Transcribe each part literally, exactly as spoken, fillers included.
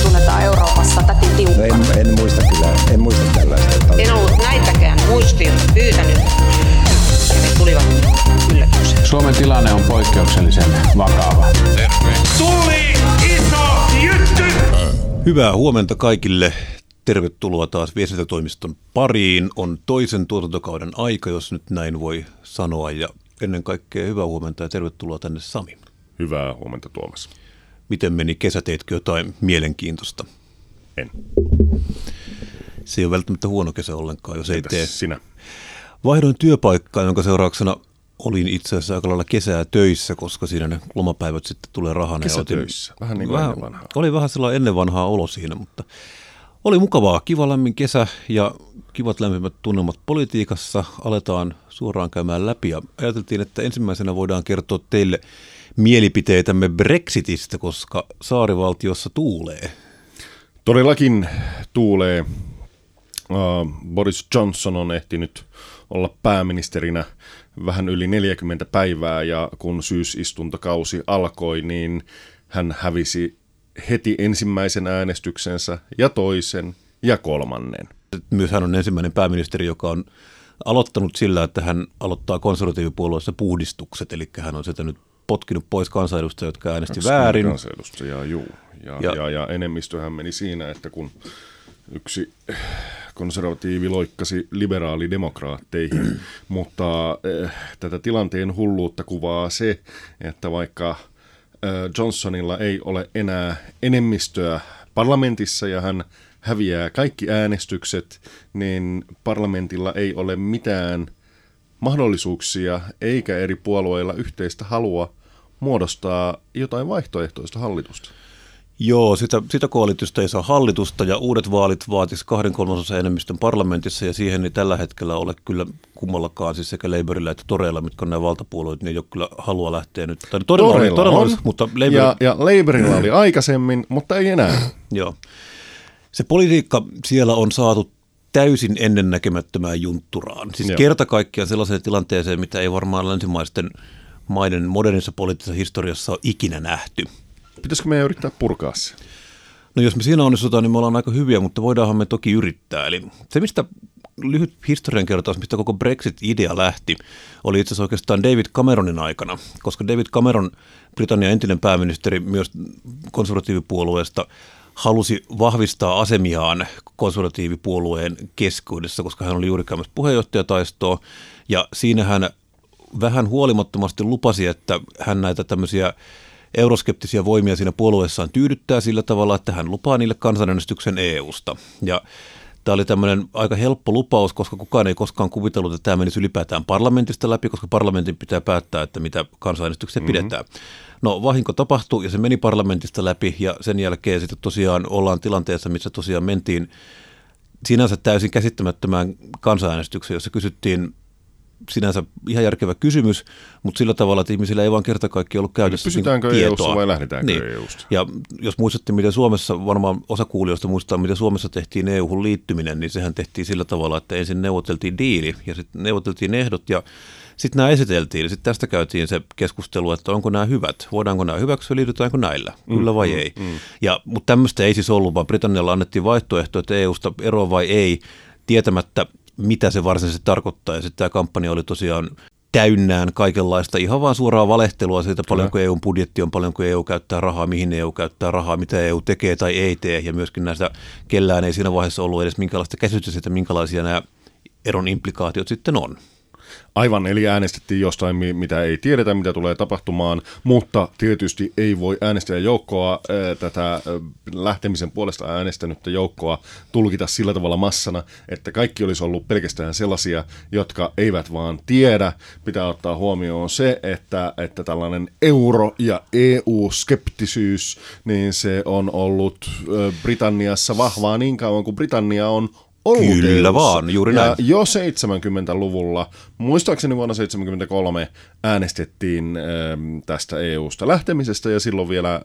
tunnetaan Euroopassa täti tiukkana. En, en muista kyllä, en muista tällaista. En ollut näitäkään muistiota pyytänyt ja ne tulivat yllätyksen. Suomen tilanne on poikkeuksellisen vakava. Tuli iso jytty! Hyvää huomenta kaikille. Tervetuloa taas viestintätoimiston pariin. On toisen tuotantokauden aika, jos nyt näin voi sanoa. Ja ennen kaikkea hyvää huomenta ja tervetuloa tänne Sami. Hyvää huomenta Tuomas. Miten meni kesä? Teitkö jotain mielenkiintoista? En. Se ei ole välttämättä huono kesä ollenkaan, jos Entäs ei tee. sinä? Vaihdoin työpaikkaa, jonka seurauksena olin itse asiassa aika lailla kesää töissä, koska siinä ne lomapäivät sitten tulee rahana. Kesätöissä, vähän niin kuin vähän, ennen vanhaa. Oli vähän sellainen ennen vanhaa olo siinä, mutta oli mukavaa. Kiva lämmin kesä ja kivat lämpimät tunnelmat politiikassa. Aletaan suoraan käymään läpi ja ajateltiin, että ensimmäisenä voidaan kertoa teille mielipiteitämme Brexitistä, koska saarivaltiossa tuulee. Todellakin tuulee. Uh, Boris Johnson on ehtinyt olla pääministerinä vähän yli neljäkymmentä päivää ja kun syysistuntokausi alkoi, niin hän hävisi heti ensimmäisen äänestyksensä ja toisen ja kolmannen. Myös hän on ensimmäinen pääministeri, joka on aloittanut sillä, että hän aloittaa konservatiivipuolueessa puhdistukset, eli hän on sieltä nyt potkinut pois kansanedustajia, jotka äänesti väärin. Kansanedustajaa, juu. Ja, ja, ja, ja enemmistöhän meni siinä, että kun yksi konservatiivi loikkasi liberaalidemokraatteihin, mutta äh, tätä tilanteen hulluutta kuvaa se, että vaikka äh, Johnsonilla ei ole enää enemmistöä parlamentissa ja hän häviää kaikki äänestykset, niin parlamentilla ei ole mitään mahdollisuuksia eikä eri puolueilla yhteistä halua muodostaa jotain vaihtoehtoista hallitusta. Joo, sitä, sitä koalitusta ei saa hallitusta ja uudet vaalit vaatisi kahden kolmasosan enemmistön parlamentissa ja siihen ei tällä hetkellä ole kyllä kummallakaan, siis sekä Labourilla että Toreilla, mitkä on nämä valtapuolueet, niin ei ole kyllä halua lähteä nyt. Tai Torilla, Torilla Torilla on, olisi, mutta Labour... ja, ja Labourilla oli aikaisemmin, mutta ei enää. Joo. Se politiikka siellä on saatu täysin ennennäkemättömään juntturaan. Siis Joo. kerta kaikkiaan sellaiseen tilanteeseen, mitä ei varmaan länsimaisten maiden modernissa poliittisessa historiassa ole ikinä nähty. Pitäisikö meidän yrittää purkaa se? No jos me siinä onnistutaan, niin me ollaan aika hyviä, mutta voidaanhan me toki yrittää. Eli se, mistä lyhyt historian kertaus, mistä koko Brexit-idea lähti, oli itse asiassa oikeastaan David Cameronin aikana, koska David Cameron, Britannian entinen pääministeri myös konservatiivipuolueesta, halusi vahvistaa asemiaan konservatiivipuolueen keskuudessa, koska hän oli juuri käymässä puheenjohtajataistoa, ja siinä hän vähän huolimattomasti lupasi, että hän näitä tämmöisiä euroskeptisiä voimia siinä puolueessaan tyydyttää sillä tavalla, että hän lupaa niille kansanäänestyksen E U:sta. Ja tämä oli tämmöinen aika helppo lupaus, koska kukaan ei koskaan kuvitellut, että tämä menisi ylipäätään parlamentista läpi, koska parlamentin pitää päättää, että mitä kansanäänestyksiä mm-hmm. pidetään. No vahinko tapahtui ja se meni parlamentista läpi ja sen jälkeen sitten tosiaan ollaan tilanteessa, missä tosiaan mentiin sinänsä täysin käsittämättömään kansanäänestykseen, jossa kysyttiin sinänsä ihan järkevä kysymys, mutta sillä tavalla, että ihmisillä ei vaan kerta kaikkiaan ollut käytössä pysytäänkö tietoa. E U:ssa vai lähdetäänkö niin. E U:sta? Ja jos muistatte, miten Suomessa, varmaan osa kuulijoista muistaa, miten Suomessa tehtiin E U:hun liittyminen, niin sehän tehtiin sillä tavalla, että ensin neuvoteltiin diili ja sitten neuvoteltiin ehdot ja sitten nämä esiteltiin. Sitten tästä käytiin se keskustelu, että onko nämä hyvät, voidaanko nämä hyväksyä, liitytäänkö näillä, mm, kyllä vai mm, ei. Mm. Ja, mutta tämmöistä ei siis ollut, vaan Britannialla annettiin vaihtoehto, että E U:sta eroa vai ei, tietämättä mitä se varsinaisesti tarkoittaa. Ja sitten tämä kampanja oli tosiaan täynnään kaikenlaista, ihan vaan suoraa valehtelua siitä, paljonko E U:n budjetti on, paljonko E U käyttää rahaa, mihin E U käyttää rahaa, mitä E U tekee tai ei tee. Ja myöskin näistä kellään ei siinä vaiheessa ollut edes minkälaista käsitystä siitä, minkälaisia nämä eron implikaatiot sitten on. Aivan, eli äänestettiin jostain, mitä ei tiedetä, mitä tulee tapahtumaan, mutta tietysti ei voi äänestäjäjoukkoa, ää, tätä ää, lähtemisen puolesta äänestänyttä joukkoa tulkita sillä tavalla massana, että kaikki olisi ollut pelkästään sellaisia, jotka eivät vaan tiedä. Pitää ottaa huomioon se, että, että tällainen euro- ja E U-skeptisyys, niin se on ollut ää, Britanniassa vahvaa niin kauan kuin Britannia on Kyllä E U:ssa. Vaan, juuri näin. Ja jo seitsemänkymmentäluvulla, muistaakseni vuonna seitsemänkymmentäkolme äänestettiin ähm, tästä E U:sta lähtemisestä ja silloin vielä äh,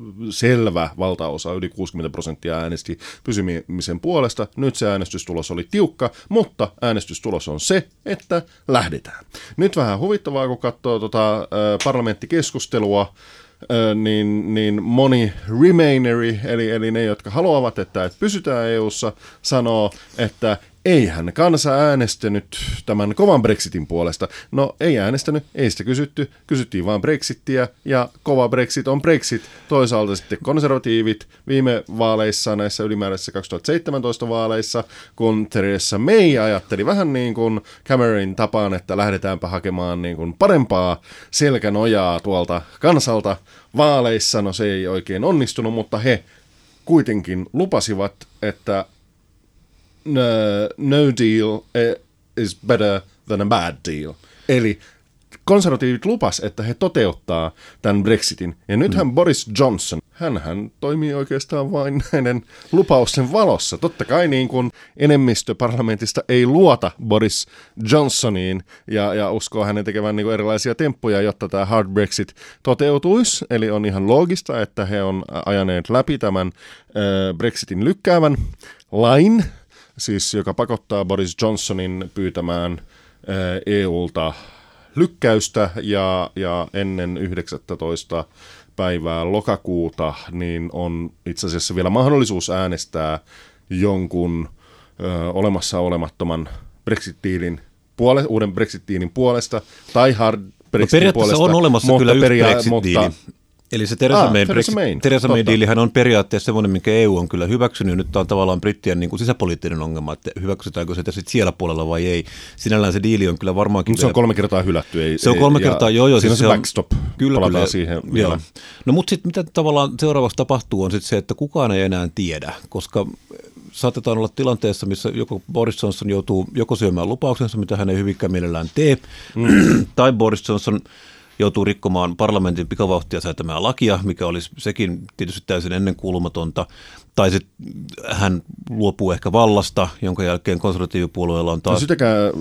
selvä valtaosa, yli kuusikymmentä prosenttia äänesti pysymisen puolesta. Nyt se äänestystulos oli tiukka, mutta äänestystulos on se, että lähdetään. Nyt vähän huvittavaa, kun katsoo tota, äh, parlamenttikeskustelua. niin, niin moni remaineri, eli, eli ne, jotka haluavat, että et pysytään E U:ssa, sanoo, että eihän kansa äänestänyt tämän kovan Brexitin puolesta. No ei äänestänyt, ei sitä kysytty, kysyttiin vaan Brexittiä ja kova Brexit on Brexit. Toisaalta sitten konservatiivit viime vaaleissa, näissä ylimääräisissä kaksituhattaseitsemäntoista vaaleissa, kun Theresa May ajatteli vähän niin kuin Cameronin tapaan, että lähdetäänpä hakemaan niin kuin parempaa selkänojaa tuolta kansalta vaaleissa. No se ei oikein onnistunut, mutta he kuitenkin lupasivat, että No, no deal is better than a bad deal. Eli konservatiivit lupas, että he toteuttaa tämän Brexitin. Ja nythän mm. Boris Johnson, hänhän toimii oikeastaan vain näiden lupausten valossa. Totta kai niin kuin enemmistö parlamentista ei luota Boris Johnsoniin ja, ja uskoo hänen tekevän niin kuin erilaisia temppuja, jotta tämä hard Brexit toteutuisi. Eli on ihan loogista, että he on ajaneet läpi tämän äh, Brexitin lykkäävän lain, siis joka pakottaa Boris Johnsonin pyytämään E U:lta lykkäystä ja, ja ennen yhdeksästoista päivää lokakuuta niin on itse asiassa vielä mahdollisuus äänestää jonkun ö, olemassa olemattoman Brexit-diilin puole, uuden Brexit-diilin puolesta tai hard Brexitin no puolesta. On olemassa kyllä yksi peria- Brexit-diili. Mutta eli se Theresa ah, May, Brexit, Theresa May diilihän on periaatteessa semmoinen, minkä E U on kyllä hyväksynyt. Nyt tämä on tavallaan brittien niin kuin sisäpoliittinen ongelma, että hyväksytäänkö sitä sitten siellä puolella vai ei. Sinällään se diili on kyllä varmaankin... Se on kolme kertaa hylätty. Ei, se on kolme ei, kertaa, joo joo. Siinä siis on se backstop, kyllä, palataan kyllä, siihen vielä. No mutta sitten mitä tavallaan seuraavaksi tapahtuu on sitten se, että kukaan ei enää tiedä, koska saatetaan olla tilanteessa, missä joko Boris Johnson joutuu joko syömään lupauksensa, mitä hän ei hyvinkään mielellään tee, mm. tai Boris Johnson joutuu rikkomaan parlamentin pikavauhtia säätämään lakia, mikä olisi sekin tietysti täysin ennenkuulumatonta, tai sitten hän luopuu ehkä vallasta, jonka jälkeen konservatiivipuolueella on taas... No sitäkään,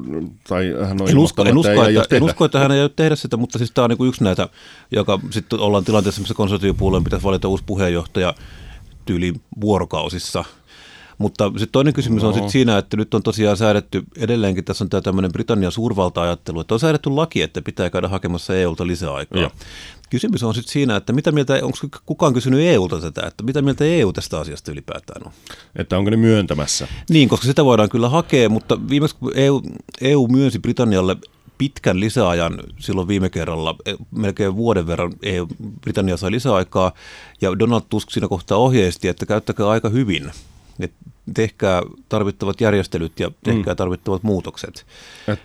tai hän on en usko, en, usko, että, että, en usko, että hän ei ole tehdä sitä, mutta siis tämä on niinku yksi näitä, joka sitten ollaan tilanteessa, missä konservatiivipuolueen pitäisi valita uusi puheenjohtaja tyyli vuorokausissa. Mutta sitten toinen kysymys no. on sitten siinä, että nyt on tosiaan säädetty, edelleenkin tässä on tämä tämmöinen Britannian suurvalta-ajattelu, että on säädetty laki, että pitää käydä hakemassa E U:lta lisäaikaa. Ja. Kysymys on sitten siinä, että mitä mieltä, onko kukaan kysynyt E U:lta tätä, että mitä mieltä E U tästä asiasta ylipäätään on? Että onko ne myöntämässä? Niin, koska sitä voidaan kyllä hakea, mutta viimeksi kun E U, E U myönsi Britannialle pitkän lisäajan silloin viime kerralla, melkein vuoden verran E U, Britannia sai lisäaikaa, ja Donald Tusk siinä kohtaa ohjeisti, että käyttäkää aika hyvin. Et tehkää tarvittavat järjestelyt ja tehkää mm. tarvittavat muutokset. Et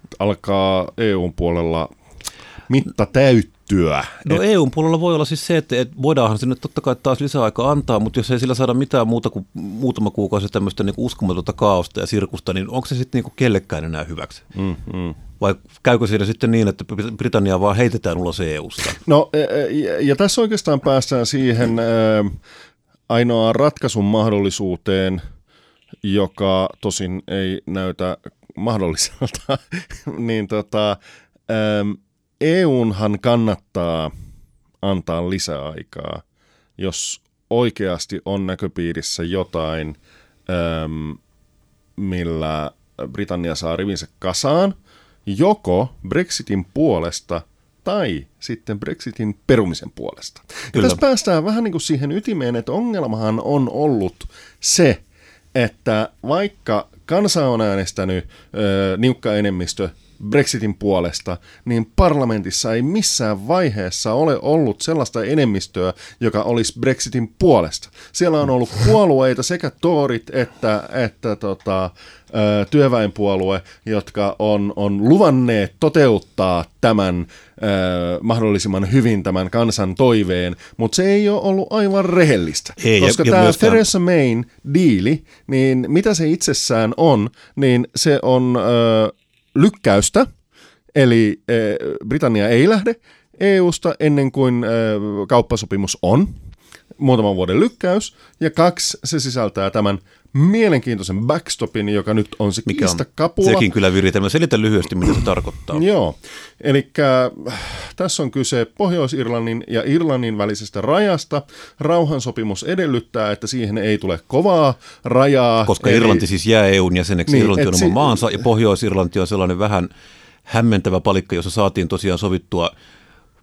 alkaa E U:n puolella mitta täyttyä. No et... E U:n puolella voi olla siis se, että et voidaanhan sinne totta kai taas lisäaikaa antaa, mutta jos ei sillä saada mitään muuta kuin muutama kuukausi tämmöistä niin uskomatonta kaaosta ja sirkusta, niin onko se sitten niin kellekään enää hyväksi? Mm, mm. Vai käykö siinä sitten niin, että Britannia vaan heitetään ulos E U:sta? No ja, ja tässä oikeastaan päästään siihen... Äh, ainoa ratkaisun mahdollisuuteen, joka tosin ei näytä mahdolliselta, niin tota, E U:nhan kannattaa antaa lisäaikaa, jos oikeasti on näköpiirissä jotain, millä Britannia saa rivinsä kasaan, joko Brexitin puolesta tai sitten Brexitin perumisen puolesta. Ja tässä päästään vähän niin kuin siihen ytimeen, että ongelmahan on ollut se, että vaikka kansa on äänestänyt ö, niukka enemmistö Brexitin puolesta, niin parlamentissa ei missään vaiheessa ole ollut sellaista enemmistöä, joka olisi Brexitin puolesta. Siellä on ollut puolueita, sekä Torit että, että tota, ö, työväenpuolue, jotka on, on luvanneet toteuttaa tämän ö, mahdollisimman hyvin tämän kansan toiveen, mutta se ei ole ollut aivan rehellistä. Ei, koska ja, tämä ja Theresa Mayn diili, niin mitä se itsessään on, niin se on... Ö, lykkäystä, eli e, Britannia ei lähde E U:sta ennen kuin e, kauppasopimus on, muutaman vuoden lykkäys, ja kaksi, se sisältää tämän mielenkiintoisen backstopin, joka nyt on se kiistakapula. Sekin kyllä viritämme. Selitä lyhyesti, mitä se tarkoittaa. Joo, eli tässä on kyse Pohjois-Irlannin ja Irlannin välisestä rajasta. Rauhansopimus edellyttää, että siihen ei tule kovaa rajaa. Koska eli... Irlanti siis jää E U:n jäseneksi, niin, Irlanti on oma si- maansa, ja Pohjois-Irlanti on sellainen vähän hämmentävä palikka, jossa saatiin tosiaan sovittua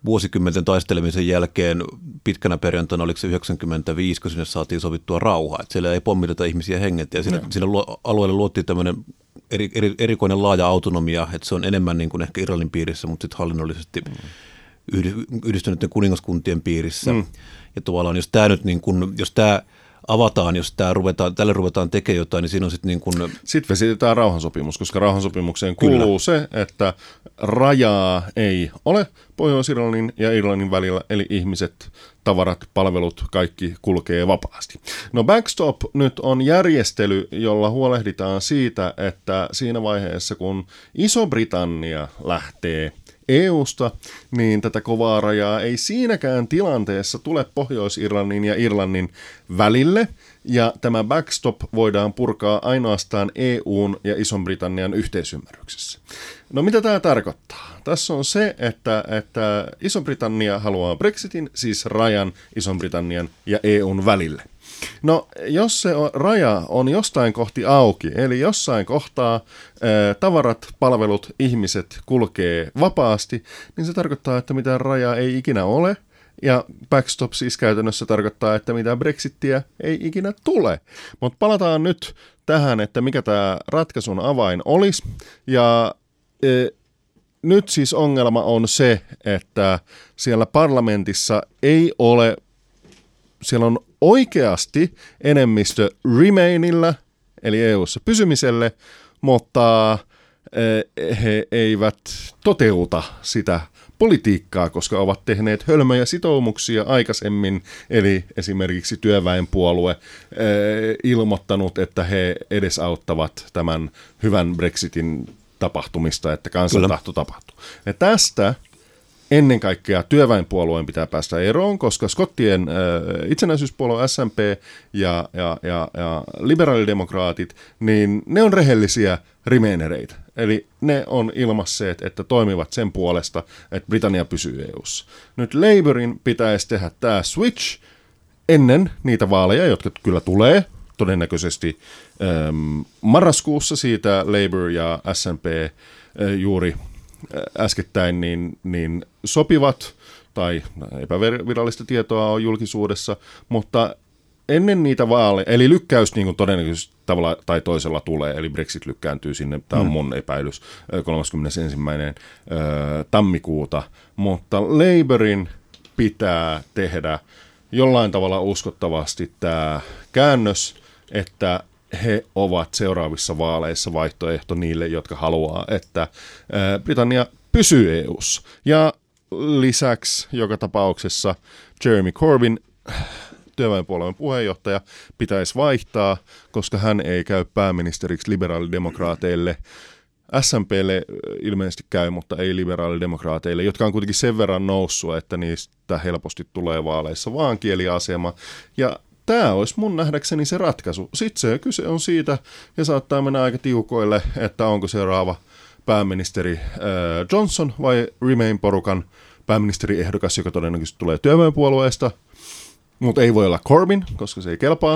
vuosikymmenten taistelemisen jälkeen pitkänä perjantaina, oliko se yhdeksänkymmentäviisi, kun sinne saatiin sovittua rauhaa. Että siellä ei pommiteta ihmisiä hengettä ja siinä, siinä alueelle luotiin tämmöinen eri, eri, erikoinen laaja autonomia, että se on enemmän niin kuin ehkä Irlannin piirissä, mutta sitten hallinnollisesti mm. yhdistyneiden kuningaskuntien piirissä. Mm. Ja tavallaan jos tämä nyt niin kuin, jos tämä avataan, jos tämä ruvetaan, tälle ruvetaan tekemään jotain, niin siinä on sitten niin kuin... Sitten vesitetään rauhansopimus, koska rauhansopimukseen kuuluu Kyllä. se, että rajaa ei ole Pohjois-Irlannin ja Irlannin välillä, eli ihmiset, tavarat, palvelut, kaikki kulkee vapaasti. No backstop nyt on järjestely, jolla huolehditaan siitä, että siinä vaiheessa, kun Iso-Britannia lähtee E U:sta, niin tätä kovaa rajaa ei siinäkään tilanteessa tule Pohjois-Irlannin ja Irlannin välille, ja tämä backstop voidaan purkaa ainoastaan E U:n ja Ison-Britannian yhteisymmärryksessä. No mitä tämä tarkoittaa? Tässä on se, että, että Iso-Britannia haluaa Brexitin, siis rajan Ison-Britannian ja E U:n välille. No, jos se on, raja on jostain kohti auki, eli jossain kohtaa ää, tavarat, palvelut, ihmiset kulkee vapaasti, niin se tarkoittaa, että mitään rajaa ei ikinä ole, ja backstop siis käytännössä tarkoittaa, että mitään Brexittiä ei ikinä tule. Mutta palataan nyt tähän, että mikä tämä ratkaisun avain olisi, ja e, nyt siis ongelma on se, että siellä parlamentissa ei ole, siellä on oikeasti enemmistö Remainilla, eli E U:ssa pysymiselle, mutta he eivät toteuta sitä politiikkaa, koska ovat tehneet hölmöjä sitoumuksia aikaisemmin, eli esimerkiksi työväenpuolue ilmoittanut, että he edesauttavat tämän hyvän Brexitin tapahtumista, että kansantahto tapahtuu. Ja tästä ennen kaikkea työväenpuolueen pitää päästä eroon, koska skottien äh, itsenäisyyspuolue S N P ja, ja, ja, ja liberaalidemokraatit, niin ne on rehellisiä remainereitä. Eli ne on ilmaisseet, että toimivat sen puolesta, että Britannia pysyy E U:ssa. Nyt Labourin pitäisi tehdä tämä switch ennen niitä vaaleja, jotka kyllä tulee todennäköisesti ähm, marraskuussa. Siitä Labour ja S N P äh, juuri äskettäin niin, niin sopivat, tai epävirallista tietoa on julkisuudessa, mutta ennen niitä vaaleja, eli lykkäys niin kuin todennäköisesti tavalla tai toisella tulee, eli Brexit lykkääntyy sinne, tämä on mun epäilys, kolmaskymmenesensimmäinen tammikuuta, mutta Labourin pitää tehdä jollain tavalla uskottavasti tämä käännös, että he ovat seuraavissa vaaleissa vaihtoehto niille, jotka haluaa, että Britannia pysyy E U:ssa. Ja lisäksi joka tapauksessa Jeremy Corbyn, työväenpuolueen puheenjohtaja, pitäisi vaihtaa, koska hän ei käy pääministeriksi liberaalidemokraateille. S M P:lle ilmeisesti käy, mutta ei liberaalidemokraateille, jotka on kuitenkin sen verran noussut, että niistä helposti tulee vaaleissa vaan kieliasema. Ja tämä olisi mun nähdäkseni se ratkaisu. Sitten se kyse on siitä, ja saattaa mennä aika tiukoille, että onko seuraava pääministeri äh, Johnson vai Remain-porukan pääministeriehdokas, joka todennäköisesti tulee työväenpuolueesta, mutta ei voi olla Corbyn, koska se ei kelpaa.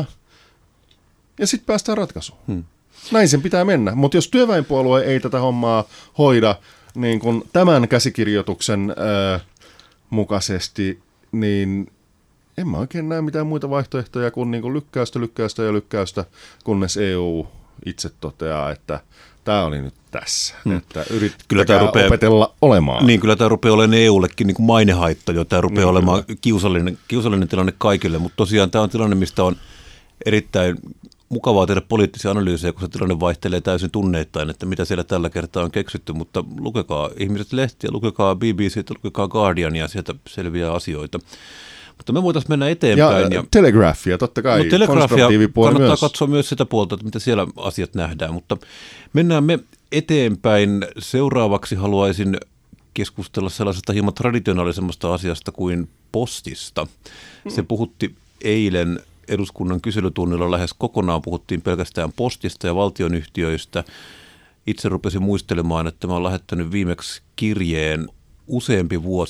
Ja sitten päästään ratkaisuun. Hmm. Näin sen pitää mennä, mutta jos työväenpuolue ei tätä hommaa hoida niin kun tämän käsikirjoituksen äh, mukaisesti, niin en mä oikein näe mitään muita vaihtoehtoja kuin, niin kuin lykkäystä, lykkäystä ja lykkäystä, kunnes E U itse toteaa, että tämä oli nyt tässä, hmm. että yrittäkää rupeaa opetella olemaan. Niin, kyllä tämä rupeaa olemaan E U:llekin niin kuin mainehaitta jo, tämä rupeaa niin, olemaan kiusallinen, kiusallinen tilanne kaikille, mutta tosiaan tämä on tilanne, mistä on erittäin mukavaa tehdä poliittisia analyysejä, kun se tilanne vaihtelee täysin tunneittain, että mitä siellä tällä kertaa on keksitty, mutta lukekaa ihmiset lehtiä, lukekaa B B C, lukekaa Guardiania, sieltä selviää asioita. Mutta me voitaisiin mennä eteenpäin. Ja, ja Telegraphia, totta kai. No, Telegraphia kannattaa myös katsoa myös sitä puolta, että mitä siellä asiat nähdään. Mutta mennään me eteenpäin. Seuraavaksi haluaisin keskustella sellaisesta hieman traditionaalisemmasta asiasta kuin postista. Se puhutti eilen eduskunnan kyselytunnilla lähes kokonaan. Puhuttiin pelkästään postista ja valtionyhtiöistä. Itse rupesin muistelemaan, että mä olen lähettänyt viimeksi kirjeen useampi vuosi sitten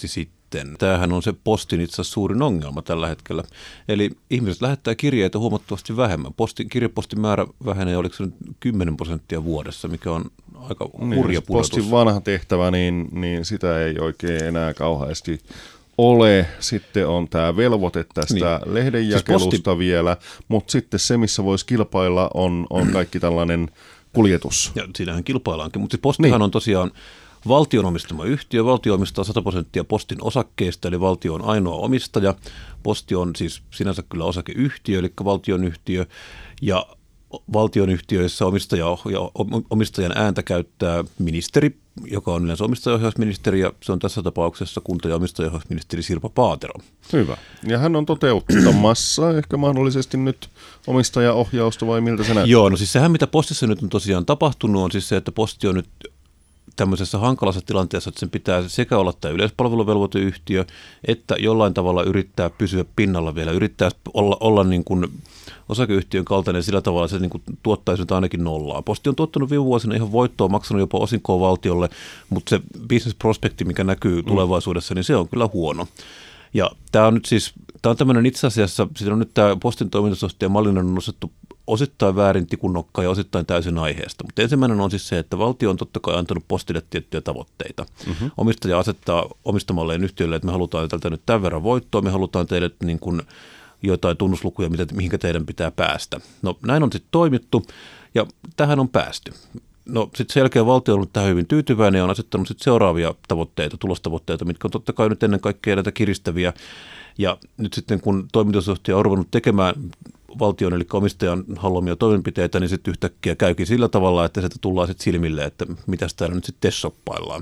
sitten. Tämähän on se postin itse asiassa suurin ongelma tällä hetkellä. Eli ihmiset lähettää kirjeitä huomattavasti vähemmän. Postin, kirjepostin määrä vähenee, oliko se nyt kymmenen prosenttia vuodessa, mikä on aika hurja niin, pudotus. Postin vanha tehtävä, niin, niin sitä ei oikein enää kauheasti ole. Sitten on tämä velvoite tästä niin. lehdenjakelusta siis posti... vielä, mutta sitten se, missä voisi kilpailla, on, on kaikki tällainen kuljetus. Ja siinähän kilpaillaankin, mutta siis Postihan niin. on tosiaan valtion omistama yhtiö. Valtio omistaa sata prosenttia Postin osakkeista, eli valtio on ainoa omistaja. Posti on siis sinänsä kyllä osakeyhtiö, eli valtionyhtiö, ja valtionyhtiöissä omistaja, ja omistajan ääntä käyttää ministeri, joka on yleensä omistajaohjausministeri, ja se on tässä tapauksessa kunta- ja omistajaohjausministeri Sirpa Paatero. Hyvä. Ja hän on toteuttamassa ehkä mahdollisesti nyt omistajaohjausta, vai miltä se näyttää? Joo, no siis sehän mitä Postissa nyt on tosiaan tapahtunut, on siis se, että Posti on nyt tämmöisessä hankalassa tilanteessa, että sen pitää sekä olla tämä yleispalveluvelvoiteyhtiö, että jollain tavalla yrittää pysyä pinnalla vielä, yrittää olla, olla niin kuin osakeyhtiön kaltainen sillä tavalla, että se niin kuin tuottaisi nyt ainakin nollaa. Posti on tuottanut viime vuosina ihan voittoa, maksanut jopa osinkoa valtiolle, mutta se business-prospekti, mikä näkyy tulevaisuudessa, niin se on kyllä huono. Ja tämä on nyt siis, tämä on tämmöinen itse asiassa, siinä on nyt tämä Postin toimitusjohtaja Malinen on nostettu osittain väärin tikunnokkaan ja osittain täysin aiheesta. Mutta ensimmäinen on siis se, että valtio on totta kai antanut Postille tiettyjä tavoitteita. Mm-hmm. Omistaja asettaa omistamalleen yhtiölle, että me halutaan tältä nyt tämän verran voittoa, me halutaan teille niin kuin jotain tunnuslukuja, mihinkä teidän pitää päästä. No näin on sitten toimittu ja tähän on päästy. No sitten sen jälkeen valtio on ollut tähän hyvin tyytyväinen ja on asettanut sitten seuraavia tavoitteita, tulostavoitteita, mitkä on totta kai nyt ennen kaikkea näitä kiristäviä. Ja nyt sitten kun toimitusjohtaja on ruvennut tekemään valtion eli omistajan haluamia toimenpiteitä, niin sitten yhtäkkiä käykin sillä tavalla, että sieltä tullaan sitten silmille, että mitäs täällä nyt sitten tessoppaillaan.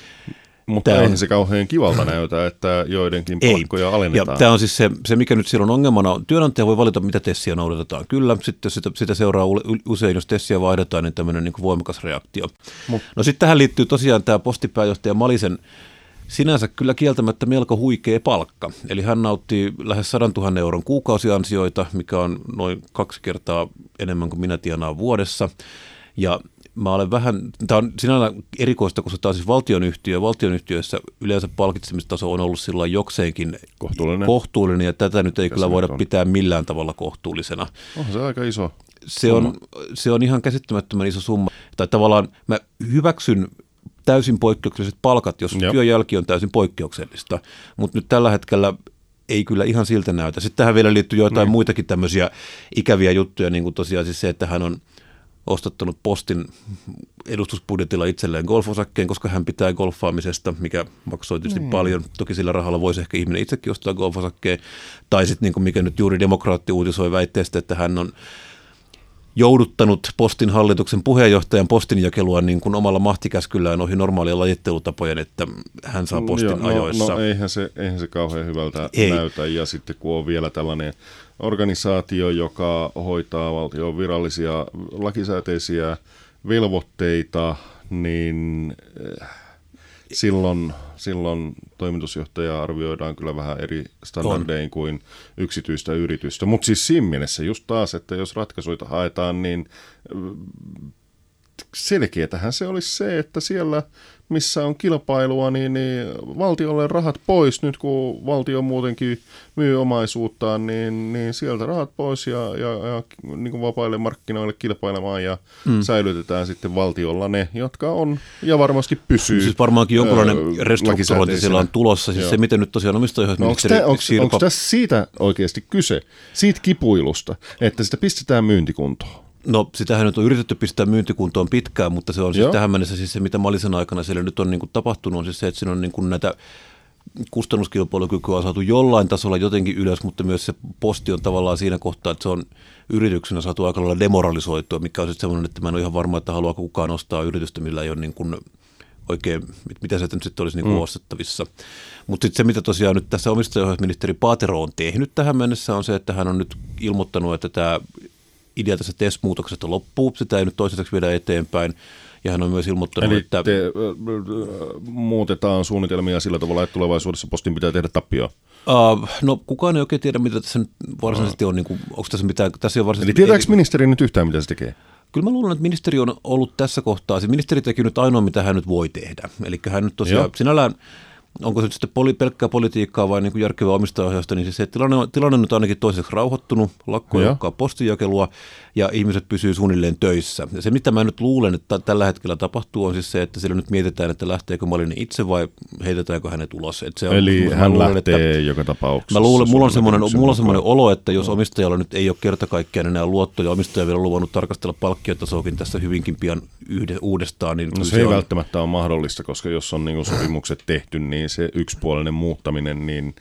Mutta eihän on se kauhean kivalta näytä, että joidenkin palkkoja alennetaan. Ja tämä on siis se, se, mikä nyt silloin ongelmana on. Työnantaja voi valita, mitä tessiä noudatetaan. Kyllä, sitten sitä, sitä seuraa usein, jos tessiä vaihdetaan, niin tämmöinen niin kuin voimakas reaktio. Mut. No sitten tähän liittyy tosiaan tämä postipääjohtaja Malisen sinänsä kyllä kieltämättä melko huikea palkka. Eli hän nauttii lähes sadantuhannen euron kuukausiansioita, mikä on noin kaksi kertaa enemmän kuin minä tienaan vuodessa. Ja mä olen vähän, tämä on sinällä erikoista, koska tämä on siis valtionyhtiö. Valtionyhtiöissä yleensä palkitsemistaso on ollut sillä jokseenkin kohtuullinen. kohtuullinen, ja tätä nyt ei Tässä kyllä voida on. pitää millään tavalla kohtuullisena. Onhan se aika iso se on, se on ihan käsittämättömän iso summa. Tai tavallaan mä hyväksyn täysin poikkeukselliset palkat, jos Joo. työjälki on täysin poikkeuksellista, mutta nyt tällä hetkellä ei kyllä ihan siltä näytä. Sitten tähän vielä liittyy joitain mm. muitakin tämmöisiä ikäviä juttuja, niin kuin tosiaan siis se, että hän on ostattanut Postin edustusbudjetilla itselleen golfosakkeen, koska hän pitää golfaamisesta, mikä maksoi tietysti mm. paljon. Toki sillä rahalla voisi ehkä ihminen itsekin ostaa golfosakkeen. Tai sitten, niin kuin mikä nyt juuri Demokraatti uutisoi väitteestä, että hän on jouduttanut Postin hallituksen puheenjohtajan postinjakelua niin kuin omalla mahtikäskyllään ohi normaalia lajittelutapojen, että hän saa postin Joo, no, ajoissa. No eihän se, eihän se kauhean hyvältä Ei. näytä, ja sitten kun on vielä tällainen organisaatio, joka hoitaa valtion virallisia lakisääteisiä velvoitteita, niin silloin, silloin toimitusjohtajaa arvioidaan kyllä vähän eri standardein on. kuin yksityistä yritystä. Mutta siis siinä mielessä just taas, että jos ratkaisuita haetaan, niin selkeätähän se olisi se, että siellä, missä on kilpailua, niin, niin valtiolle rahat pois. Nyt kun valtio muutenkin myy omaisuuttaan, niin, niin sieltä rahat pois ja, ja, ja niin kuin vapaille markkinoille kilpailemaan ja mm. säilytetään sitten valtiolla ne, jotka on ja varmasti pysyy. Siis varmaankin jonkunlainen äh, restrukturointi siellä on tulossa. Siis se, miten nyt tosiaan omistajaohjausministeri no, Sirpa... Onko tässä siitä oikeasti kyse, siitä kipuilusta, että sitä pistetään myyntikuntoon? No sitähän nyt on yritetty pistää myyntikuntoon pitkään, mutta se on siis tähän mennessä siis se, mitä Malisen aikana siellä nyt on niin kuin tapahtunut, on siis se, että siinä on niin kuin näitä kustannuskilpailukykyä on saatu jollain tasolla jotenkin ylös, mutta myös se Posti on tavallaan siinä kohtaa, että se on yrityksenä saatu aika lailla demoralisoitua, mikä on sitten semmoinen, että mä en ole ihan varma, että haluaako kukaan ostaa yritystä, millä ei ole niin kuin oikein, mitä se nyt sitten olisi niin kuin mm. ostettavissa. Mutta sitten se, mitä tosiaan nyt tässä omistajaohjausministeri Paatero on tehnyt tähän mennessä, on se, että hän on nyt ilmoittanut, että tämä idea tässä T E S-muutoksesta loppuu, sitä ei nyt toistaiseksi viedä eteenpäin, ja hän on myös ilmoittanut, Eli että... te, muutetaan suunnitelmia sillä tavalla, että tulevaisuudessa Postin pitää tehdä tappioa? Uh, no kukaan ei oikein tiedä, mitä tässä nyt varsinaisesti on, niin kuin, onko tässä mitään... Tässä Eli tietääkö ei, ministeri nyt yhtään, mitä se tekee? Kyllä mä luulen, että ministeri on ollut tässä kohtaa, se ministeri teki nyt ainoa, mitä hän nyt voi tehdä, eli hän nyt tosiaan Joo. sinällään... onko se nyt sitten poli, pelkkää politiikkaa vai niin kuin järkevää omistajaohjausta, niin siis se tilanne on, tilanne on nyt ainakin toiseksi rauhoittunut, lakko joukkaa postinjakelua ja ihmiset pysyy suunnilleen töissä. Ja se, mitä mä nyt luulen, että tällä hetkellä tapahtuu, on siis se, että siellä nyt mietitään, että lähteekö Malinen itse vai heitetäänkö hänet ulos. Että se on, eli hän luulen, lähtee että, joka tapauksessa. Mä luulen, mulla on semmoinen, mulla on semmoinen olo, että jos omistajalla nyt ei ole kerta kaikkiaan enää luottoja, omistaja on vielä luvannut tarkastella palkkiotasoakin tässä hyvinkin pian yhde, uudestaan. Niin no se, se ei on välttämättä ole mahdollista, koska jos on niin sopimukset tehty, niin se yksipuolinen muuttaminen, niin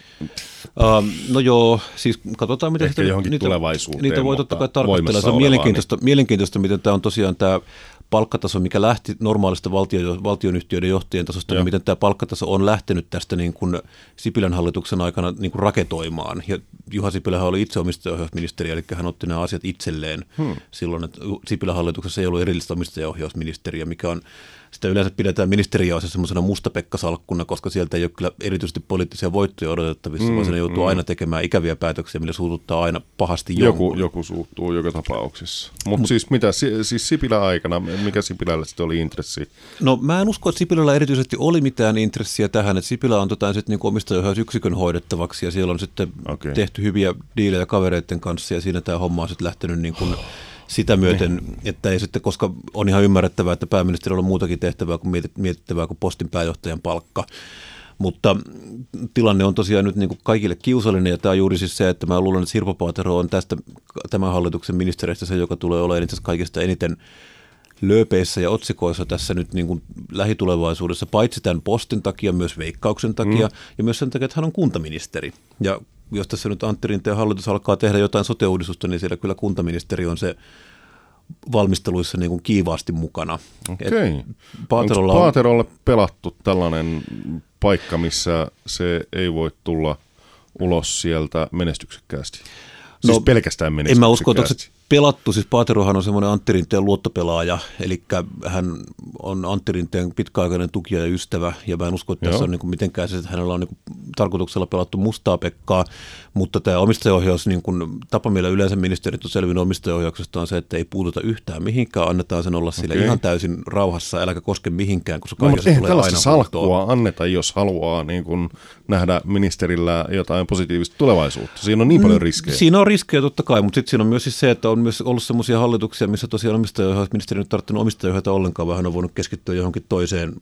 Uh, no joo, siis katsotaan, miten sitä, niitä, niitä voi totta kai tarkastella. Se on mielenkiintoista, niin. mielenkiintoista, miten tämä on tosiaan tämä palkkataso, mikä lähti normaalista valtio, valtionyhtiöiden johtajien tasosta, niin miten tämä palkkataso on lähtenyt tästä niin kuin Sipilän hallituksen aikana niin kuin raketoimaan. Ja Juha Sipilähän oli itse omistajaohjausministeri, eli hän otti nämä asiat itselleen hmm. silloin, että Sipilän hallituksessa ei ollut erillistä omistajaohjausministeriä, mikä on sitä yleensä pidetään ministeriössä semmoisena mustapekkasalkkuna, koska sieltä ei ole kyllä erityisesti poliittisia voittoja odotettavissa, mm, vaan siinä joutuu mm. aina tekemään ikäviä päätöksiä, millä suututtaa aina pahasti jonkun. Joku, joku suuttuu joka tapauksessa. Mutta Mut, siis mitä, siis Sipilän aikana, mikä Sipilällä sitten oli intressi? No mä en usko, että Sipilällä erityisesti oli mitään intressiä tähän, että Sipilä on tota, sitten niin omistajaohjausyksikön hoidettavaksi ja siellä on sitten okay. tehty hyviä diilejä kavereiden kanssa ja siinä tämä homma on sitten lähtenyt niin kuin sitä myöten, että ei sitten, koska on ihan ymmärrettävää, että pääministerillä on muutakin tehtävää kuin mietittävää kuin postin pääjohtajan palkka. Mutta tilanne on tosiaan nyt niin kuin kaikille kiusallinen ja tämä on juuri siis se, että mä luulen, että Sirpa Paatero on tästä tämän hallituksen ministeristä se, joka tulee olemaan itse asiassa kaikista eniten lööpeissä ja otsikoissa tässä nyt niin kuin lähitulevaisuudessa, paitsi tämän postin takia, myös Veikkauksen takia mm. ja myös sen takia, että hän on kuntaministeri. Ja jos tässä nyt Antti Rinteen hallitus alkaa tehdä jotain sote-uudistusta, niin siellä kyllä kuntaministeri on se valmisteluissa niin kuin kiivaasti mukana. Okei. Paaterolla on Paaterolle pelattu tällainen paikka, missä se ei voi tulla ulos sieltä menestyksekkäästi? Siis no, pelkästään menestyksekkäästi. En mä usko, että se pelattu. Siis Paaterohan on semmoinen Antti Rinteen luottopelaaja, eli hän on Antti Rinteen pitkäaikainen tukija ja ystävä, ja mä en usko, että Joo. tässä on niin kuin mitenkään se, että hänellä on niin kuin tarkoituksella pelattu mustaa Pekkaa, mutta tämä omistajaohjaus, niin kuin tapa meillä yleensä ministerit on selvinnyt omistajaohjauksesta on se, että ei puututa yhtään mihinkään, annetaan sen olla sillä okay. ihan täysin rauhassa, äläkä koske mihinkään, koska kaikessa no, tulee aina tällaista salkkua anneta, jos haluaa niin kuin nähdä ministerillä jotain positiivista tulevaisuutta. Siinä on niin paljon riskejä. Siinä on riskejä totta kai, mutta sitten siinä on myös siis se, että on myös ollut sellaisia hallituksia, missä tosiaan omistajaohjausministeri ei tarvittanut omistajaohjausta ollenkaan, vaan hän on voinut keskittyä johonkin toiseen.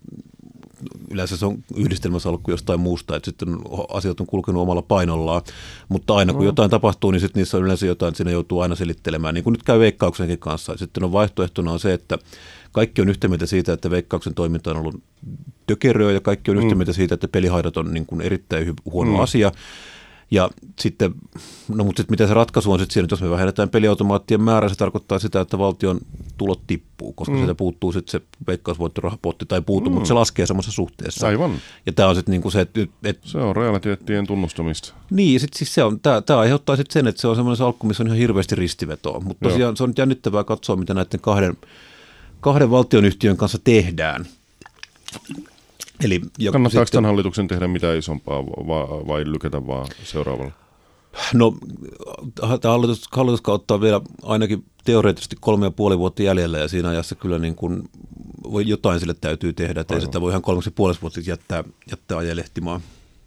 Yleensä se on yhdistelmäsalkku jostain muusta, että sitten asiat on kulkenut omalla painollaan, mutta aina kun no. jotain tapahtuu, niin sitten niissä on yleensä jotain, että siinä joutuu aina selittelemään, niin kuin nyt käy Veikkauksenkin kanssa. Sitten on vaihtoehtona on se, että kaikki on yhtä mieltä siitä, että Veikkauksen toiminta on ollut tökeröä ja kaikki on yhtä mieltä siitä, että pelihaidat on niin kuin erittäin huono mm. asia. Ja sitten, no mutta sitten mitä se ratkaisu on sitten siinä, että jos me vähennetään peliautomaattien määrää, se tarkoittaa sitä, että valtion tulot tippuu, koska mm. sieltä puuttuu sitten se veikkausvoittorahapotti tai puuttuu, mm. mutta se laskee samassa suhteessa. Aivan. Ja tämä on sitten niin kuin se, että... Et, se on realiteettien tunnustamista. Niin, ja sitten siis se on, tämä, tämä aiheuttaa sitten sen, että se on semmoinen salkku, missä on ihan hirveästi ristivetoa, mutta tosiaan Joo. se on nyt jännittävää katsoa, mitä näiden kahden, kahden valtionyhtiön kanssa tehdään. Eli kannattaako sitten tämän hallituksen tehdä mitään isompaa vai, vai lykätä vaan seuraavalla? No, tämä hallitus, hallituskautta on vielä ainakin teoreettisesti kolme ja puoli vuotta jäljellä ja siinä ajassa kyllä niin kuin jotain sille täytyy tehdä, että ei sitä voi ihan kolmeksi ja puolesta vuotta jättää, jättää ajelehtimaan.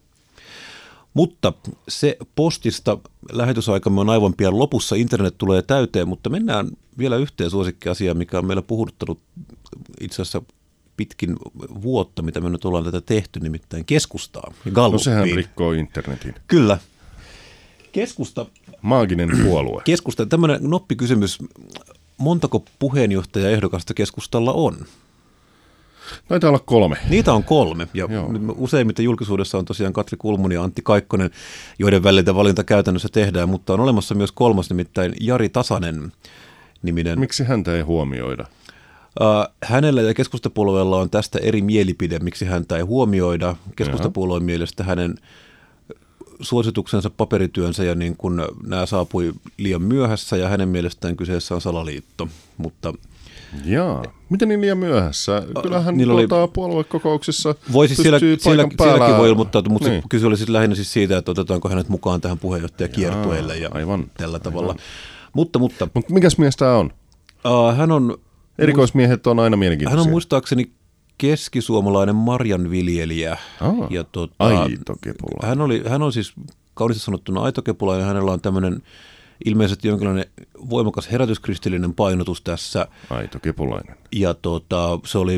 Mutta se postista lähetysaikamme on aivan pian lopussa, internet tulee täyteen, mutta mennään vielä yhteen suosikkiasiaan, mikä on meillä puhuttanut itse asiassa pitkin vuotta, mitä me nyt ollaan tätä tehty, nimittäin keskustaa ja Gallupiin. No sehän rikkoo internetin. Kyllä. Keskusta. Maaginen puolue. Keskusta, tämmöinen noppikysymys. Montako puheenjohtajaehdokasta keskustalla on? Taitaa olla kolme. Niitä on kolme. Ja useimmiten julkisuudessa on tosiaan Katri Kulmuni ja Antti Kaikkonen, joiden väliltä valinta käytännössä tehdään, mutta on olemassa myös kolmas, nimittäin Jari Tasanen niminen. Miksi häntä ei huomioida? Uh, hänellä ja keskustapuolueella on tästä eri mielipide, miksi häntä ei huomioida. Keskustapuolueen mielestä hänen suosituksensa, paperityönsä ja niin kun nämä saapui liian myöhässä ja hänen mielestään kyseessä on salaliitto. Mutta jaa, miten niin liian myöhässä? Kyllähän tuota oli puoluekokouksessa voisi siellä, siellä, sielläkin voi ilmoittaa, mutta niin. Kyse oli siis lähinnä siis siitä, että otetaanko hänet mukaan tähän puheenjohtajakiertueelle ja aivan, tällä tavalla. Aivan. Mutta, mutta Mut mikäs mies tämä on? Uh, hän on Erikoismiehet on aina mielenkiintoisia. Hän on muistaakseni keskisuomalainen marjanviljelijä. Oh, ja tota, aito kepulainen. Hän, oli, hän on siis kauniisti sanottuna aito kepulainen. Hänellä on tämmöinen ilmeisesti jonkinlainen voimakas herätyskristillinen painotus tässä. Aito kepulainen. Ja tota, se oli,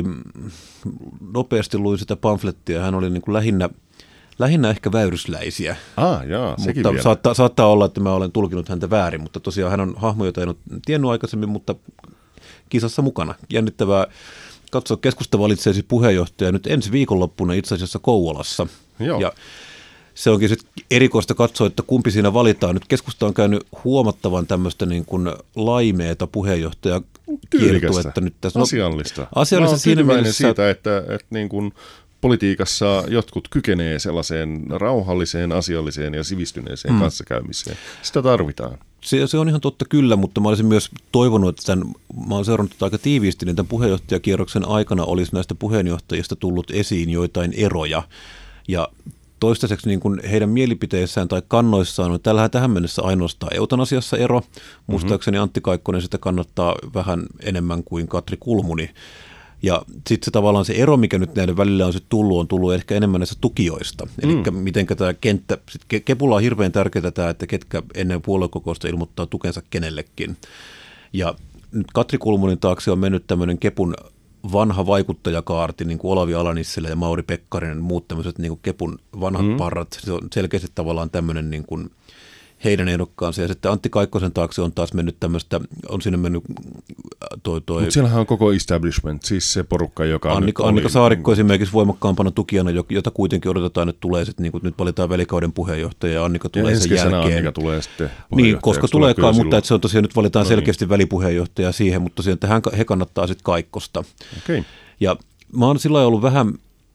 nopeasti luin sitä pamflettia, hän oli niin kuin lähinnä, lähinnä ehkä väyrysläisiä. Ah, jaa, sekin mutta vielä. saattaa, saattaa olla, että mä olen tulkinut häntä väärin, mutta tosiaan hän on hahmo, jota en ole tiennyt aikaisemmin, mutta kisassa mukana. Jännittävää katsoa, keskusta valitsee siis puheenjohtaja nyt ensi viikonloppuna itse asiassa Kouvolassa. Joo. Ja se onkin sitten erikoista katsoa, että kumpi siinä valitaan. Nyt keskusta on käynyt huomattavan tämmöistä niin kuin laimeeta puheenjohtaja Tyylikästä, nyt tässä. asiallista. Asiallista Mä siinä mielessä siitä, että, että niin kuin politiikassa jotkut kykenee sellaiseen rauhalliseen, asialliseen ja sivistyneeseen mm. kanssakäymiseen. Sitä tarvitaan. Se, se on ihan totta kyllä, mutta mä olisin myös toivonut, että tämän, mä olen seurannut tätä aika tiiviisti, niin tämän puheenjohtajakierroksen aikana olisi näistä puheenjohtajista tullut esiin joitain eroja. Ja toistaiseksi niin kuin heidän mielipiteissään tai kannoissaan on tällähän tähän mennessä ainoastaan eutanasiassa ero. Muistaakseni Antti Kaikkonen sitä kannattaa vähän enemmän kuin Katri Kulmuni. Ja sitten se tavallaan se ero, mikä nyt näiden välillä on sitten tullut, on tullut ehkä enemmän näistä tukijoista. Eli mm. miten tämä kenttä, sit Kepulla on hirveän tärkeää tämä, että ketkä ennen puoluekokousta ilmoittaa tukensa kenellekin. Ja nyt Katri Kulmunin taakse on mennyt tämmöinen Kepun vanha vaikuttajakaarti, niin kuin Olavi Ala-Nissilä ja Mauri Pekkarinen, muut tämmöiset niin kuin Kepun vanhat mm. parrat. Se on selkeästi tavallaan tämmöinen niin kuin heidän ehdokkaansa. Ja sitten Antti Kaikkosen taakse on taas mennyt tämmöistä, on sinne mennyt toi toi. Mutta siellähän on koko establishment, siis se porukka, joka Annika, nyt Annika oli Saarikko esimerkiksi voimakkaampana tukijana, jota kuitenkin odotetaan, että tulee sitten, niin kuin nyt valitaan välikauden puheenjohtaja ja Annika tulee ja sen jälkeen. Annika tulee sitten niin, koska tuleekaan, mutta että se on tosiaan nyt valitaan no selkeästi niin. välipuheenjohtaja siihen, mutta tosiaan, että hän, he kannattaa sitten Kaikkosta. Okay. Ja mä oon sillä lailla ollut vähän,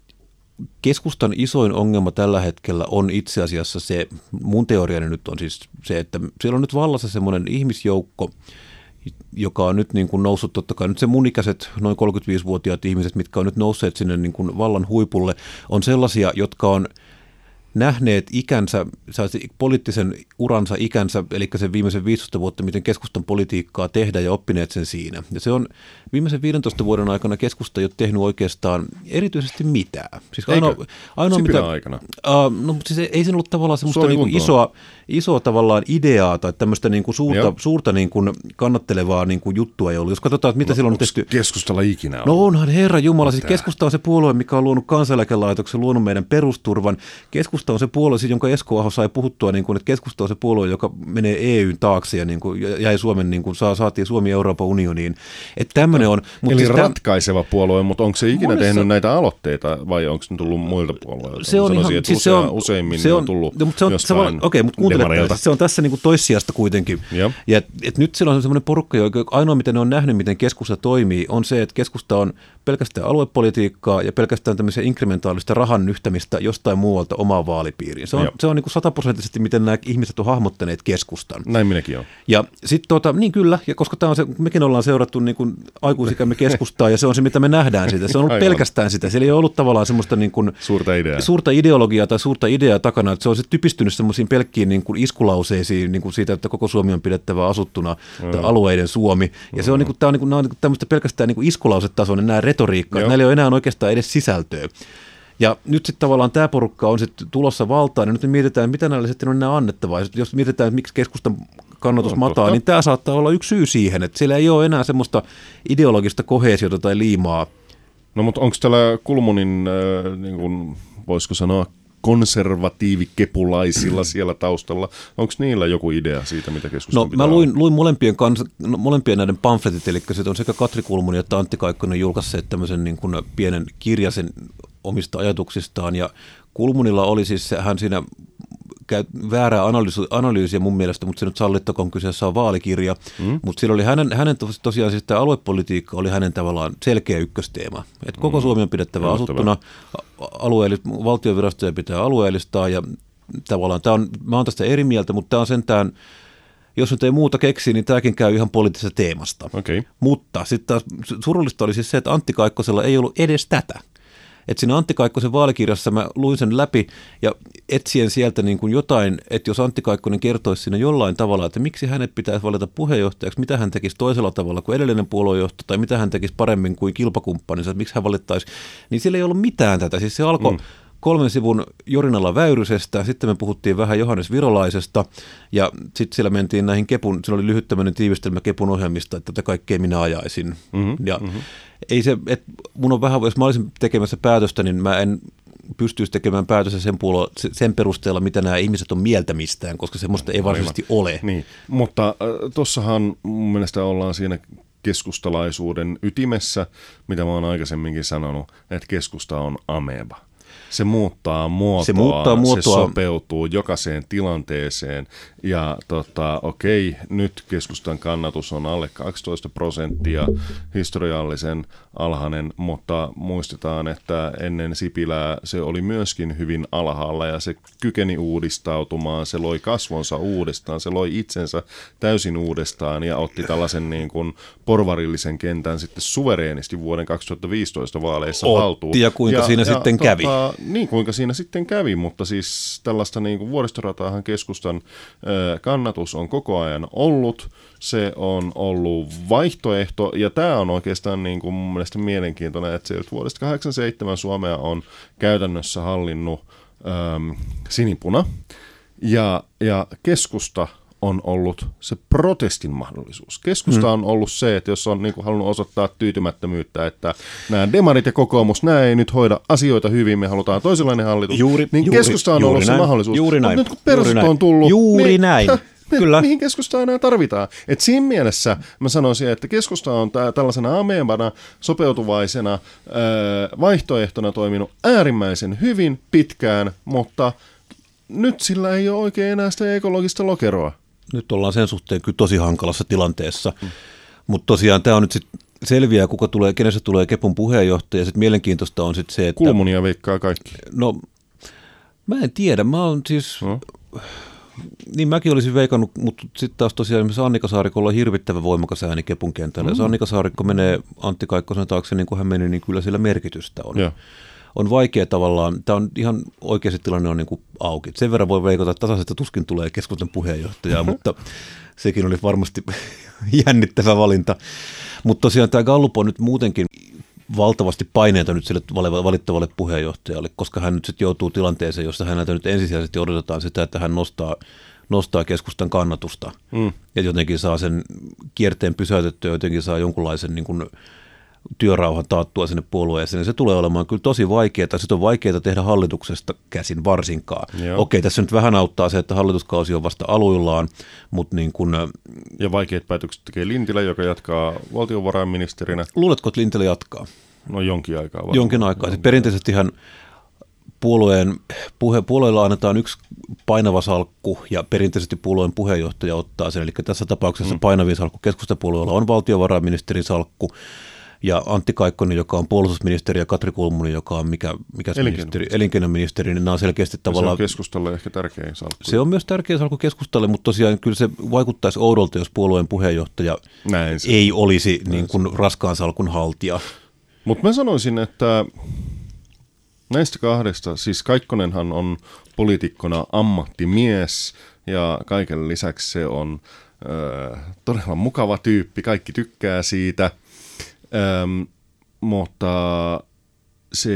keskustan isoin ongelma tällä hetkellä on itse asiassa se, mun teoriani nyt on siis se, että siellä on nyt vallassa semmoinen ihmisjoukko, joka on nyt niin kuin noussut, totta kai nyt se mun ikäiset noin kolmekymmentäviisivuotiaat ihmiset, mitkä on nyt nousseet sinne niin kuin vallan huipulle, on sellaisia, jotka on nähneet ikänsä, poliittisen uransa ikänsä, eli sen viimeisen viisitoista vuotta, miten keskustan politiikkaa tehdään ja oppineet sen siinä. Ja se on viimeisen viidentoista vuoden aikana keskusta ei ole tehnyt oikeastaan erityisesti mitään. Siis ainoa, ainoa mitä, aikana? Uh, no, siis ei siinä ollut tavallaan semmoista niin kuin isoa, isoa tavallaan ideaa tai tämmöistä niin kuin suurta, suurta niin kuin kannattelevaa niin kuin juttua ei ollut. Jos katsotaan, että mitä no, silloin on tehty. Keskustalla ikinä ollut? No onhan herra jumala, siis keskusta on se puolue, mikä on luonut Kansaneläkelaitoksen, luonut meidän perusturvan. Keskusta on se puolue, siis jonka Esko Aho sai puhuttua, niin kuin, että keskusta on se puolue, joka menee E U:n taakse ja niin kuin, jäi Suomen, niin kuin, saa, saatiin Suomi Euroopan unioniin. Että tämmöinen on. Eli siis ratkaiseva puolue, mutta onko se ikinä monessa tehnyt näitä aloitteita vai onko se tullut muilta puolueilta? Se on ihan, siis se on, useimmin se on, on tullut no, se on, jostain okei, mutta kuuntele, se on tässä niin kuin toissijasta kuitenkin. Ja, ja et nyt siellä on semmoinen porukka, joka ainoa miten ne on nähnyt, miten keskusta toimii, on se, että keskusta on pelkästään aluepolitiikkaa ja pelkästään tämmöisiä inkrementaalista rahan nyhtämistä jostain muualta omaan vaalipiiriin. Se on, se on niin kuin sataprosenttisesti, miten nämä ihmiset on hahmottaneet keskustan. Näin minäkin olen. Ja sitten tota, niin kyllä, ja koska tämä on se, mekin ollaan seurattu niin kuin aikuisikämme keskustaa, ja se on se, mitä me nähdään siitä. Se on ollut pelkästään sitä. Siellä ei ole ollut tavallaan semmoista niin kuin suurta, ideaa. suurta ideologiaa tai suurta ideaa takana, että se on se typistynyt semmoisiin pelkkiin niin kuin iskulauseisiin niin kuin siitä, että koko Suomi on pidettävä asuttuna, mm. tai alueiden Suomi. Ja mm. se on, niin kuin, tämä on, niin kuin, nämä on tämmöistä pelkästään niin kuin iskulausetatasoinen nämä retoriikkaa, näillä ei ole enää oikeastaan edes sisältöä. Ja nyt sitten tavallaan tämä porukka on sitten tulossa valtaan, ja nyt me mietitään, mitä näille sitten on enää annettavaa. Jos mietitään, että miksi keskustan kannatus mataa, niin tämä saattaa olla yksi syy siihen, että siellä ei ole enää semmoista ideologista koheesiota tai liimaa. No mutta onko täällä Kulmunin, äh, niin kuin, voisiko sanoa, konservatiivikepulaisilla siellä taustalla, onko niillä joku idea siitä, mitä keskustelua no, pitää mä luin, luin molempien, kans, no, molempien näiden pamfletit, eli se on sekä Katri Kulmuni että Antti Kaikkonen julkaisseet tämmöisen niin kuin pienen kirjasen omista ajatuksistaan, ja Kulmunilla oli siis, hän siinä käy väärää analyysi, analyysiä mun mielestä, mutta se nyt sallittakoon, kyseessä on vaalikirja, mm. mutta siellä oli hänen, hänen tosiaan siis tämä aluepolitiikka oli hänen tavallaan selkeä ykkösteema, että koko mm. Suomi on pidettävä mm. asuttuna, alueellis- valtiovirastoja pitää alueellistaa, ja tavallaan tämä on, mä oon tästä eri mieltä, mutta tämä on sentään, jos nyt ei muuta keksi, niin tämäkin käy ihan poliittisesta teemasta. Okay. Mutta sitten taas surullista oli siis se, että Antti Kaikkosella ei ollut edes tätä. Että siinä Antti Kaikkosen vaalikirjassa mä luin sen läpi ja etsien sieltä niin kuin jotain, että jos Antti Kaikkonen kertoisi siinä jollain tavalla, että miksi hänet pitäisi valita puheenjohtajaksi, mitä hän tekisi toisella tavalla kuin edellinen puoluejohto tai mitä hän tekisi paremmin kuin kilpakumppaninsa, että miksi hän valittaisi, niin sillä ei ollut mitään tätä. Siis se alkoi mm. kolmen sivun Jorinalla Väyrysestä, sitten me puhuttiin vähän Johannes Virolaisesta ja sitten siellä mentiin näihin Kepun, siinä oli lyhyt tämmöinen tiivistelmä Kepun ohjelmista, että tätä kaikkea minä ajaisin. Mm-hmm, ja mm-hmm. ei se, että mun on vähän, jos mä olisin tekemässä päätöstä, niin mä en pystyisi tekemään päätöstä sen, puolella, sen perusteella, mitä nämä ihmiset on mieltä mistään, koska semmoista ei varsinaisesti ole. Niin, mutta äh, tossahan mun mielestä ollaan siinä keskustalaisuuden ytimessä, mitä mä oon aikaisemminkin sanonut, että keskusta on ameba. Se muuttaa muotoa, se, muuttaa muotoa. Se sopeutuu jokaiseen tilanteeseen ja tota, okei, nyt keskustan kannatus on alle kaksitoista prosenttia, historiallisen alhainen, mutta muistetaan, että ennen Sipilää se oli myöskin hyvin alhaalla ja se kykeni uudistautumaan, se loi kasvonsa uudestaan, se loi itsensä täysin uudestaan ja otti tällaisen niin kuin porvarillisen kentän sitten suvereenisti vuoden kaksituhattaviisitoista vaaleissa otti, haltuun. Ja kuinka ja, siinä ja, sitten tota, kävi. Niin kuinka siinä sitten kävi, mutta siis tällaista niin kuin vuoristorataahan keskustan ö, kannatus on koko ajan ollut. Se on ollut vaihtoehto ja tämä on oikeastaan niin kuin mun mielestä mielenkiintoinen, että se vuodesta kahdeksankymmentäseitsemän Suomea on käytännössä hallinnut ö, sinipuna ja, ja keskusta on ollut se protestin mahdollisuus. Keskusta mm. on ollut se, että jos on niin kuin halunnut osoittaa tyytymättömyyttä, että nämä demarit ja kokoomus, nämä ei nyt hoida asioita hyvin, me halutaan toisenlainen hallitus, juuri, niin juuri, keskusta on juuri ollut näin, se mahdollisuus. Juuri näin. Mutta nyt kun perusut on tullut, juuri niin, näin. Häh, Kyllä. Mihin keskustaa enää tarvitaan? Et siinä mielessä mä sanoisin, että keskusta on tää, tällaisena amebana, sopeutuvaisena ää, vaihtoehtona toiminut äärimmäisen hyvin pitkään, mutta nyt sillä ei ole oikein enää sitä ekologista lokeroa. Nyt ollaan sen suhteen kyllä tosi hankalassa tilanteessa, mm. mutta tosiaan tämä on nyt sitten selviää, kuka tulee, kenestä tulee Kepun puheenjohtaja. Sitten mielenkiintoista on sitten se, että... Kulmunia veikkaa kaikki. No, mä en tiedä. Mä oon siis... No. Niin mäkin olisin veikannut, mutta sitten taas tosiaan esimerkiksi Annika Saarikolla on hirvittävän voimakas ääni Kepun kentällä. Mm. Jos Annika Saarikko menee Antti Kaikkosen taakse niin kuin hän meni, niin kyllä sillä merkitystä on. Ja. On vaikea tavallaan, tämä on ihan oikeasti tilanne on niin kuin auki. Sen verran voi veikata, että tasaisesta tuskin tulee keskustan puheenjohtajaa, mutta sekin oli varmasti jännittävä valinta. Mutta tosiaan tämä Gallup on nyt muutenkin valtavasti paineita nyt sille valittavalle puheenjohtajalle, koska hän nyt sitten joutuu tilanteeseen, jossa häneltä nyt ensisijaisesti odotetaan sitä, että hän nostaa, nostaa keskustan kannatusta mm. ja jotenkin saa sen kierteen pysäytettyä, jotenkin saa jonkunlaisen niin kuin työrauhan taattua sinne puolueeseen, niin se tulee olemaan kyllä tosi vaikeaa. Sitten on vaikeaa tehdä hallituksesta käsin varsinkaan. Joo. Okei, tässä nyt vähän auttaa se, että hallituskausi on vasta aluillaan, mutta niin kuin... Ja vaikeat päätökset tekee Lintilä, joka jatkaa valtiovarainministerinä. Luuletko, että Lintilä jatkaa? No jonkin aikaa. Varmaan. Jonkin aikaa. Jonkin perinteisesti hän puolueen, puhe, puolueella annetaan yksi painava salkku ja perinteisesti puolueen puheenjohtaja ottaa sen. Eli tässä tapauksessa mm. painavin salkku keskustapuolueella on valtiovarainministerin salkku. Ja Antti Kaikkonen, joka on puolustusministeri, ja Katri Kulmuni, joka on mikä, mikä ministeri, elinkeinoministeri, niin nämä on selkeästi tavallaan... Se on keskustalle ehkä tärkein salkku. Se on myös tärkein salkku keskustalle, mutta tosiaan kyllä se vaikuttaisi oudolta, jos puolueen puheenjohtaja Näin se. ei olisi niin kuin raskaan salkun haltija. Mutta mä sanoisin, että näistä kahdesta, siis Kaikkonenhan on poliitikkona ammattimies, ja kaiken lisäksi se on äh, todella mukava tyyppi, kaikki tykkää siitä. Ähm, mutta se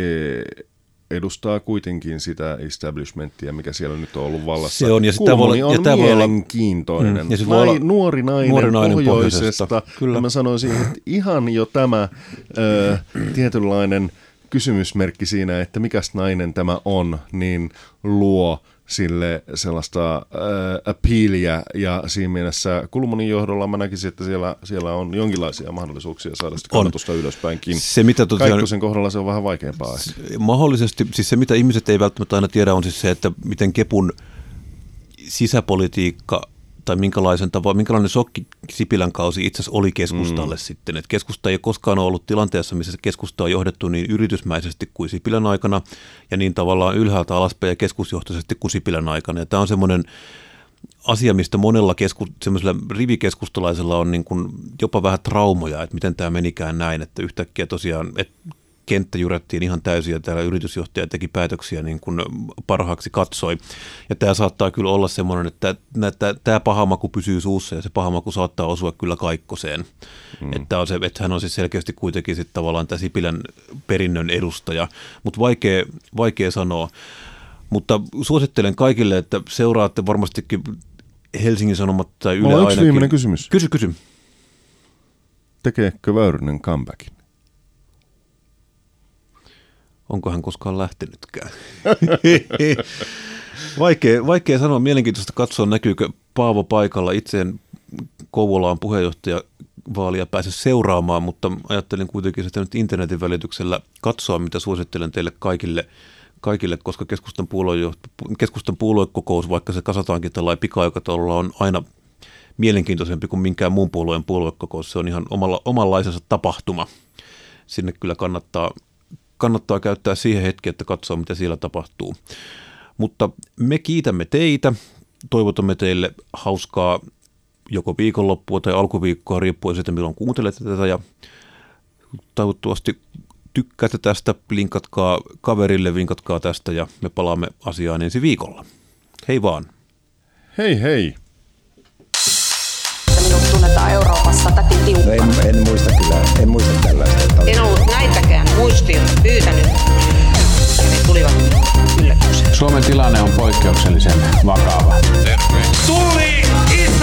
edustaa kuitenkin sitä establishmenttia, mikä siellä nyt on ollut vallassa. Se on, ja Kulmuni on ja mielenkiintoinen. Mm, ja Nai, olla, nuori nainen, nuori nainen pohjoisesta. pohjoisesta. Kyllä. Mä sanoisin, että ihan jo tämä ö, tietynlainen kysymysmerkki siinä, että mikäs nainen tämä on, niin luo sille sellaista äh, appealia, ja siinä mielessä Kulmunin johdolla mä näkisin, että siellä, siellä on jonkinlaisia mahdollisuuksia saada sitä kannatusta on. ylöspäinkin. Se, mitä tosiaan, Kaikkosen kohdalla se on vähän vaikeampaa. Se, mahdollisesti, siis se mitä ihmiset ei välttämättä aina tiedä on siis se, että miten Kepun sisäpolitiikka tai minkälaisen tava, minkälainen shokki Sipilän kausi itse asiassa oli keskustalle mm. sitten. Et keskusta ei koskaan ole ollut tilanteessa, missä keskusta on johdettu niin yritysmäisesti kuin Sipilän aikana ja niin tavallaan ylhäältä alaspäin ja keskusjohtaisesti kuin Sipilän aikana. Ja tämä on semmoinen asia, mistä monella kesku, semmoisella rivikeskustalaisella on niin kuin jopa vähän traumoja, että miten tämä menikään näin, että yhtäkkiä tosiaan, että kenttä jyrättiin ihan täysin ja täällä yritysjohtaja teki päätöksiä niin kuin parhaaksi katsoi. Ja tämä saattaa kyllä olla semmoinen, että tämä pahamaku pysyy suussa ja se pahamaku saattaa osua kyllä Kaikkoseen. Mm. Että, on se, että hän on siis selkeästi kuitenkin sit tavallaan tämä Sipilän perinnön edustaja, mutta vaikea, vaikea sanoa. Mutta suosittelen kaikille, että seuraatte varmastikin Helsingin Sanomat tai Yle ainakin. Yksi viimeinen kysymys. Kysy, kysy. Tekeekö Väyrynen comebackin? Onko hän koskaan lähtenytkään? vaikea, vaikea sanoa. Mielenkiintoista katsoa, näkyykö Paavo paikalla. Itse en Kouvolaan puheenjohtajavaalia pääse seuraamaan, mutta ajattelin kuitenkin sitä nyt internetin välityksellä katsoa, mitä suosittelen teille kaikille, kaikille koska keskustan, keskustan puoluekokous, vaikka se kasataankin tällainen pika-aikataululla, on aina mielenkiintoisempi kuin minkään muun puolueen puoluekokous. Se on ihan omalla, omanlaisensa tapahtuma. Sinne kyllä kannattaa, kannattaa käyttää siihen hetki, että katsoo, mitä siellä tapahtuu. Mutta me kiitämme teitä, toivotamme teille hauskaa joko viikonloppua tai alkuviikkoa, riippuen siitä, milloin kuuntelette tätä. Ja toivottavasti tykkäätte tästä, linkatkaa kaverille, vinkatkaa tästä ja me palaamme asiaan ensi viikolla. Hei vaan. Hei hei. Minut tunnetaan Euroopassa täti tiukka. No en, en muista kyllä, en muista tällaista. Että En ollut näitäkään muistiin pyytänyt ja ne tulivat yllätyksenä. Suomen tilanne on poikkeuksellisen vakava. Tuli iso